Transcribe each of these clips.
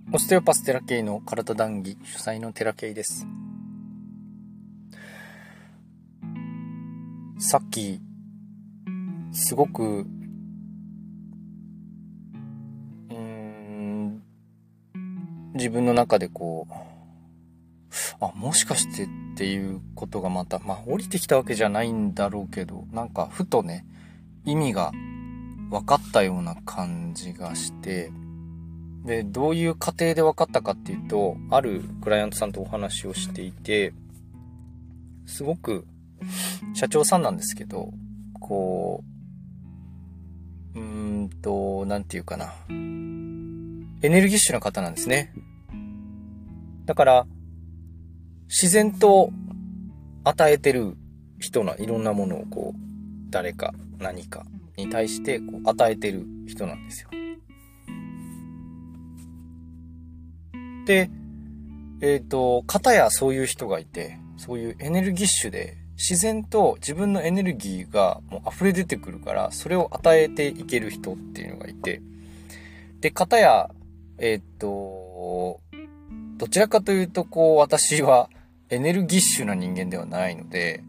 オステオパステラケイの体談義主催のテラケイです。さっきすごく自分の中でもしかしてっていうことがまた降りてきたわけじゃないんだろうけど、なんかふとね意味が分かったような感じがして、でどういう過程で分かったかっていうと、あるクライアントさんとお話をしていて、すごく社長さんなんですけど、なんていうかな、エネルギッシュな方なんですね。だから自然と与えてる人のいろんなものを誰か何かに対して与えてる人なんですよ。で、片やそういう人がいて、そういうエネルギッシュで自然と自分のエネルギーがもう溢れ出てくるから、それを与えていける人っていうのがいて、で片やどちらかというと私はエネルギッシュな人間ではないので、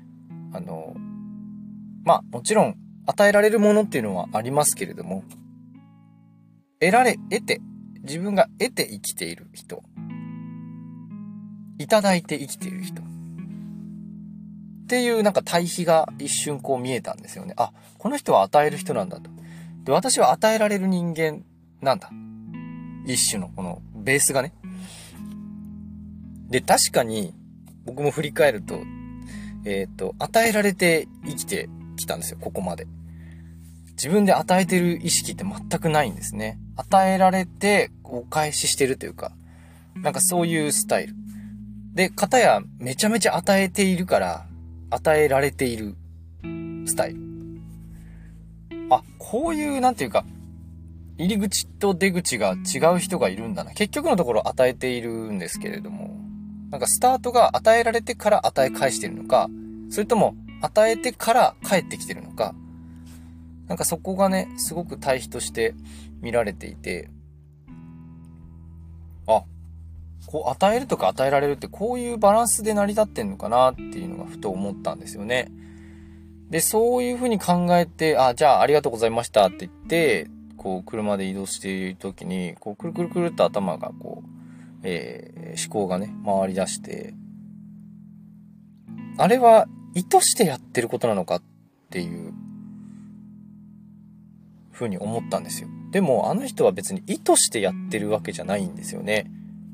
もちろん与えられるものっていうのはありますけれども、自分が得て生きている人、いただいて生きている人っていう対比が一瞬見えたんですよね。あ、この人は与える人なんだと。で、私は与えられる人間なんだ。一種のこのベースがね。で、確かに僕も振り返ると、与えられて生きてきたんですよ、ここまで。自分で与えてる意識って全くないんですね。与えられてお返ししてるというか、そういうスタイル。で、片やめちゃめちゃ与えているから与えられているスタイル。あ、こういうなんていうか、入り口と出口が違う人がいるんだな。結局のところ与えているんですけれども、スタートが与えられてから与え返してるのか、それとも与えてから返ってきてるのか、そこがね、すごく対比として見られていて、与えるとか与えられるってこういうバランスで成り立ってんのかなっていうのがふと思ったんですよね。で、そういうふうに考えて、じゃあありがとうございましたって言って、車で移動している時に、くるくるくるっと頭が思考がね、回り出して、あれは意図してやってることなのかっていうふうに思ったんですよ。でもあの人は別に意図してやってるわけじゃないんですよね。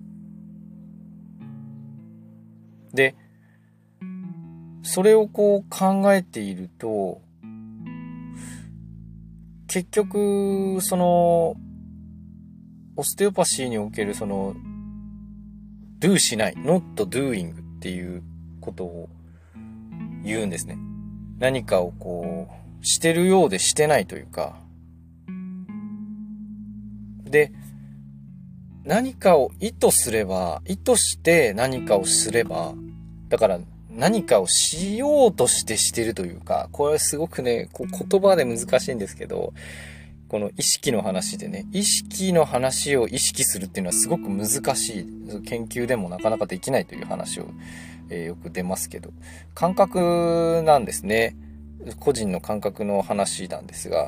で、それを考えていると、結局オステオパシーにおけるdo しない not doing っていうことを言うんですね。何かをしてるようでしてないというか、で、何かを意図して何かをすれば、だから何かをしようとしてるというか、これすごくね、言葉で難しいんですけど、この意識の話でね、意識の話を意識するっていうのはすごく難しい。研究でもなかなかできないという話を、よく出ますけど、感覚なんですね。個人の感覚の話なんですが、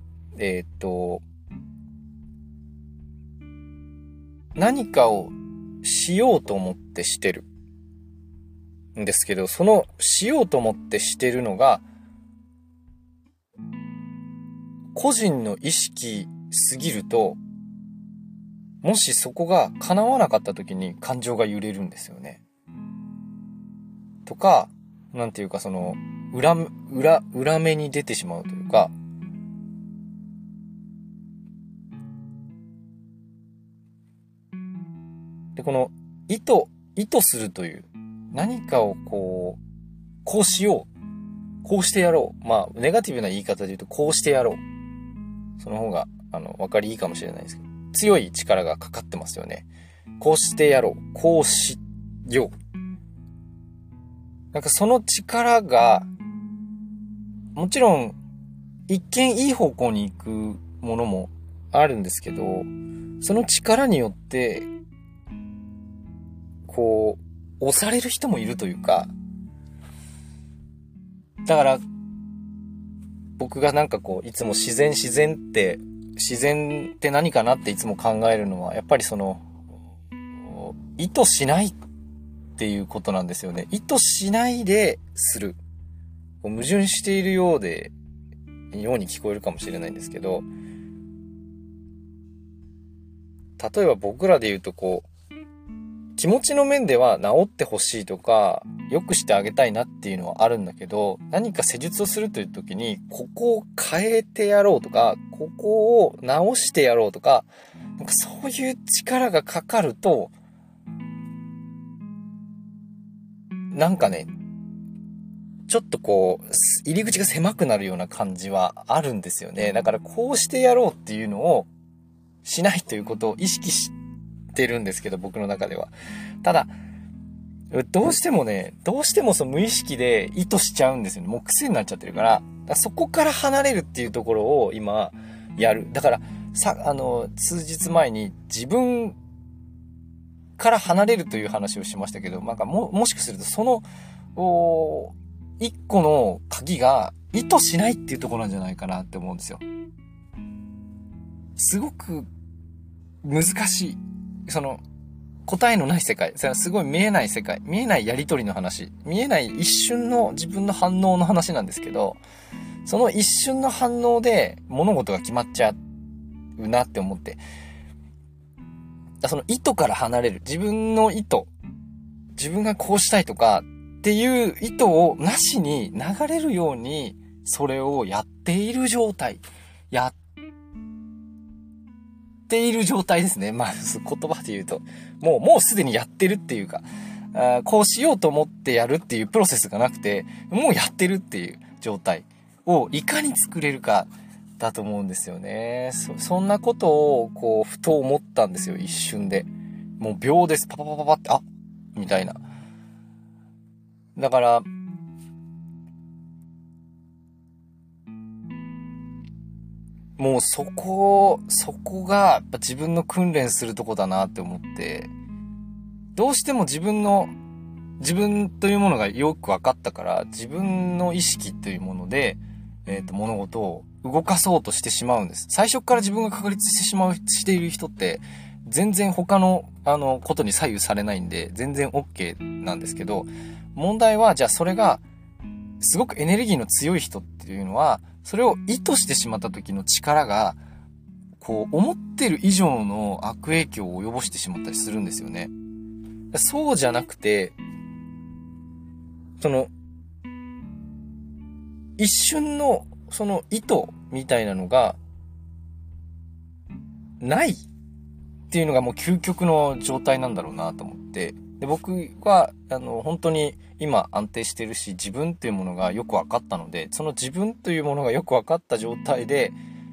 何かをしようと思ってしてるんですけど、そのしようと思ってしてるのが個人の意識すぎると、もしそこが叶わなかった時に感情が揺れるんですよね。とか、なんていうか裏目に出てしまうというか、で、この意図するという、何かをこうしよう。こうしてやろう。ネガティブな言い方で言うと、こうしてやろう。その方が、わかりいいかもしれないですけど、強い力がかかってますよね。こうしてやろう。こうしよう。その力が、もちろん、一見いい方向に行くものもあるんですけど、 その力によって、こう、押される人もいるというか、だから、僕がなんかこう、いつも自然って何かなっていつも考えるのは、やっぱりその、意図しないっていうことなんですよね。意図しないでする。こう矛盾しているように聞こえるかもしれないんですけど、例えば僕らで言うとこう、気持ちの面では治ってほしいとか、良くしてあげたいなっていうのはあるんだけど、何か施術をするという時に、ここを変えてやろうとか、ここを直してやろうとか、なんかそういう力がかかると、なんかね、ちょっとこう、入り口が狭くなるような感じはあるんですよね。だからこうしてやろうっていうのをしないということを意識してるんですけど、僕の中では。ただ、どうしてもその無意識で意図しちゃうんですよね。もう癖になっちゃってるから。だからそこから離れるっていうところを今やる。だから数日前に自分から離れるという話をしましたけど、なんかもしかするとその、一個の鍵が意図しないっていうところなんじゃないかなって思うんですよ。すごく難しい。その、答えのない世界。それはすごい見えない世界。見えないやりとりの話。見えない一瞬の自分の反応の話なんですけど、その一瞬の反応で物事が決まっちゃうなって思って。その意図から離れる。自分の意図。自分がこうしたいとかっていう意図をなしに流れるようにそれをやっている状態。やっている状態ですね。まあ、言葉で言うと。もうすでにやってるっていうか、こうしようと思ってやるっていうプロセスがなくて、もうやってるっていう状態をいかに作れるかだと思うんですよね。そんなことを、こう、ふと思ったんですよ、一瞬で。もう秒です。パパパパパって、あみたいな。だから、もうそこがやっぱ自分の訓練するとこだなって思って、どうしても自分というものがよく分かったから、自分の意識というもので、物事を動かそうとしてしまうんです。最初から自分が確立している人って、全然他の、ことに左右されないんで、全然 OK なんですけど、問題は、じゃあそれが、すごくエネルギーの強い人っていうのは、それを意図してしまった時の力が、こう、思ってる以上の悪影響を及ぼしてしまったりするんですよね。そうじゃなくて、その、一瞬の、その意図みたいなのが、ないっていうのがもう究極の状態なんだろうなと思って。で、僕は、本当に今安定してるし、自分っていうものがよく分かったので、その自分というものがよく分かった状態で、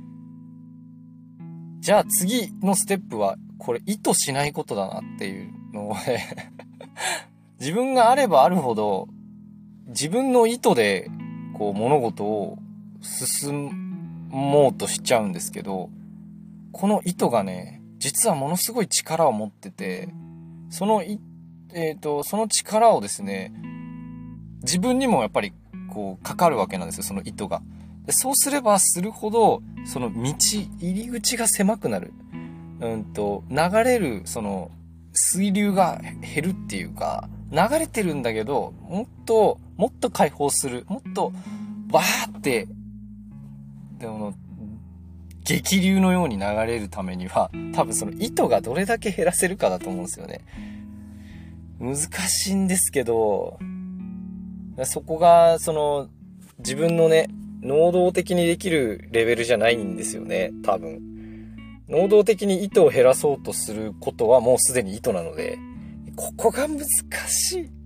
じゃあ次のステップは、これ意図しないことだなっていうのをね自分があればあるほど、自分の意図で、こう物事を進もうとしちゃうんですけど、この意図がね、実はものすごい力を持ってて、その力をですね、自分にもやっぱりこうかかるわけなんですよ、その意図が。でそうすればするほど、その入り口が狭くなる。流れる、その、水流が減るっていうか、流れてるんだけど、もっと解放する。もっと、バーって、でも、激流のように流れるためには、多分その意図がどれだけ減らせるかだと思うんですよね。難しいんですけど、そこが、その、自分のね、能動的にできるレベルじゃないんですよね、多分。能動的に意図を減らそうとすることはもうすでに意図なので、ここが難しい。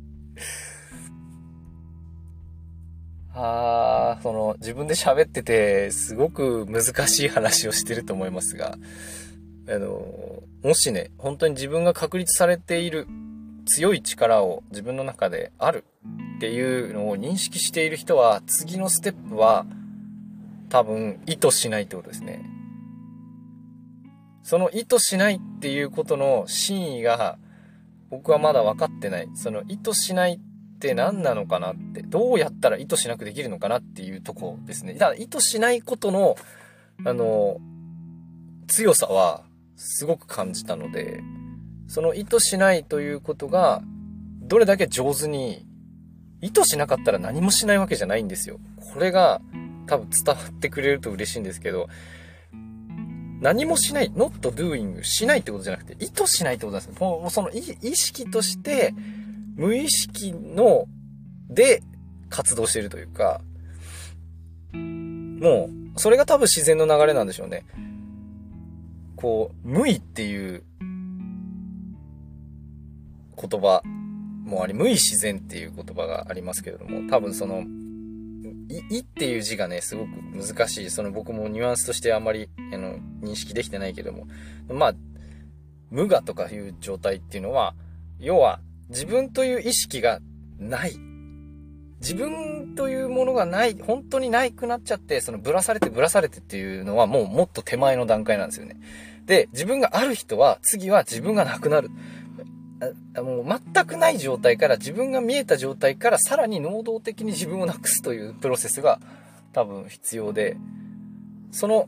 その、自分で喋ってて、すごく難しい話をしてると思いますが、もしね、本当に自分が確立されている強い力を自分の中であるっていうのを認識している人は、次のステップは多分意図しないってことですね。 その意図しないっていうことの真意が僕はまだ分かってない。その意図しないって何なのかなって、どうやったら意図しなくできるのかなっていうとこですね。だから意図しないことの強さはすごく感じたので、その意図しないということがどれだけ上手に、意図しなかったら何もしないわけじゃないんですよ。これが多分伝わってくれると嬉しいんですけど、何もしない、not doing しないってことじゃなくて、意図しないってことなんですよ。もうその意識として無意識ので活動しているというか、もうそれが多分自然の流れなんでしょうね。こう無意っていう言葉もあり、無意自然っていう言葉がありますけれども、多分その意っていう字がねすごく難しい。その僕もニュアンスとしてあんまり認識できてないけども、まあ無我とかいう状態っていうのは、要は自分という意識がない、自分というものがない、本当にないくなっちゃって、そのぶらされてっていうのはもうもっと手前の段階なんですよね。で、自分がある人は次は自分がなくなる。もう全くない状態から、自分が見えた状態からさらに能動的に自分をなくすというプロセスが多分必要で、その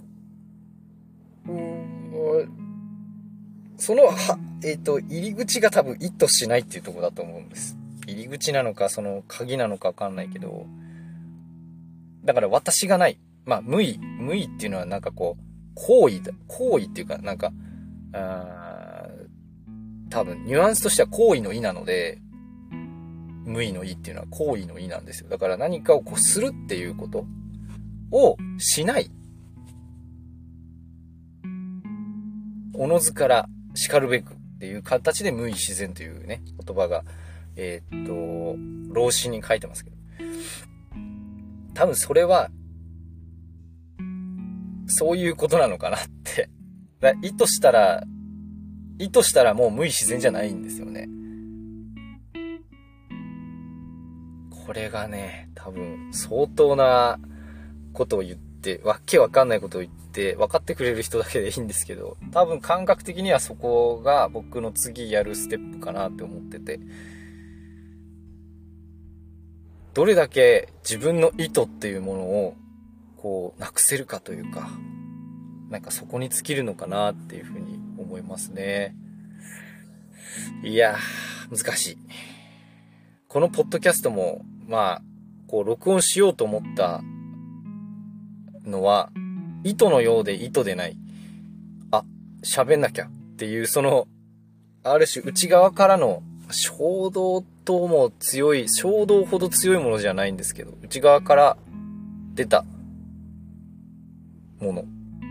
入り口が多分意図しないっていうところだと思うんです。入り口なのかその鍵なのか分かんないけど、だから私がない、まあ無意っていうのはなんかこう行為っていうか、なんか多分ニュアンスとしては行為の意なので、無意の意っていうのは行為の意なんですよ。だから何かをこうするっていうことをしない、おのずから叱るべくっていう形で無意自然というね言葉が老子に書いてますけど、多分それはそういうことなのかなって。意図したらもう無意自然じゃないんですよね。これがね、多分相当なことを言って、わけわかんないことを言って分かってくれる人だけでいいんですけど、多分感覚的にはそこが僕の次やるステップかなって思ってて、どれだけ自分の意図っていうものをこうなくせるかというか、なんかそこに尽きるのかなっていうふうに思いますね。いやー、難しい。このポッドキャストもまあこう録音しようと思ったのは意図のようで意図でない、喋んなきゃっていう、そのある種内側からの衝動とも強い、衝動ほど強いものじゃないんですけど、内側から出たもの。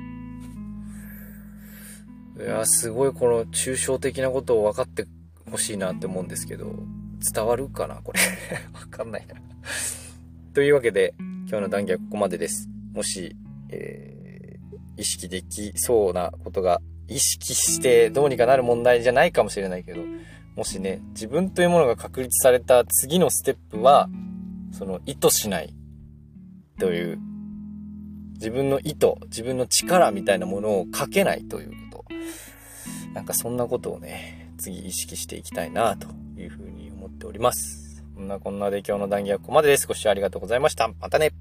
いや、すごいこの抽象的なことを分かってほしいなって思うんですけど、伝わるかなこれ。わかんないな。というわけで、今日の談義はここまでです。もし、意識できそうなことが、意識してどうにかなる問題じゃないかもしれないけど、もしね、自分というものが確立された次のステップは、その意図しないという、自分の意図、自分の力みたいなものをかけないということ。なんかそんなことをね、次意識していきたいなというふうに思っております。そんなこんなで今日の談義はここまでです。ご視聴ありがとうございました。またね。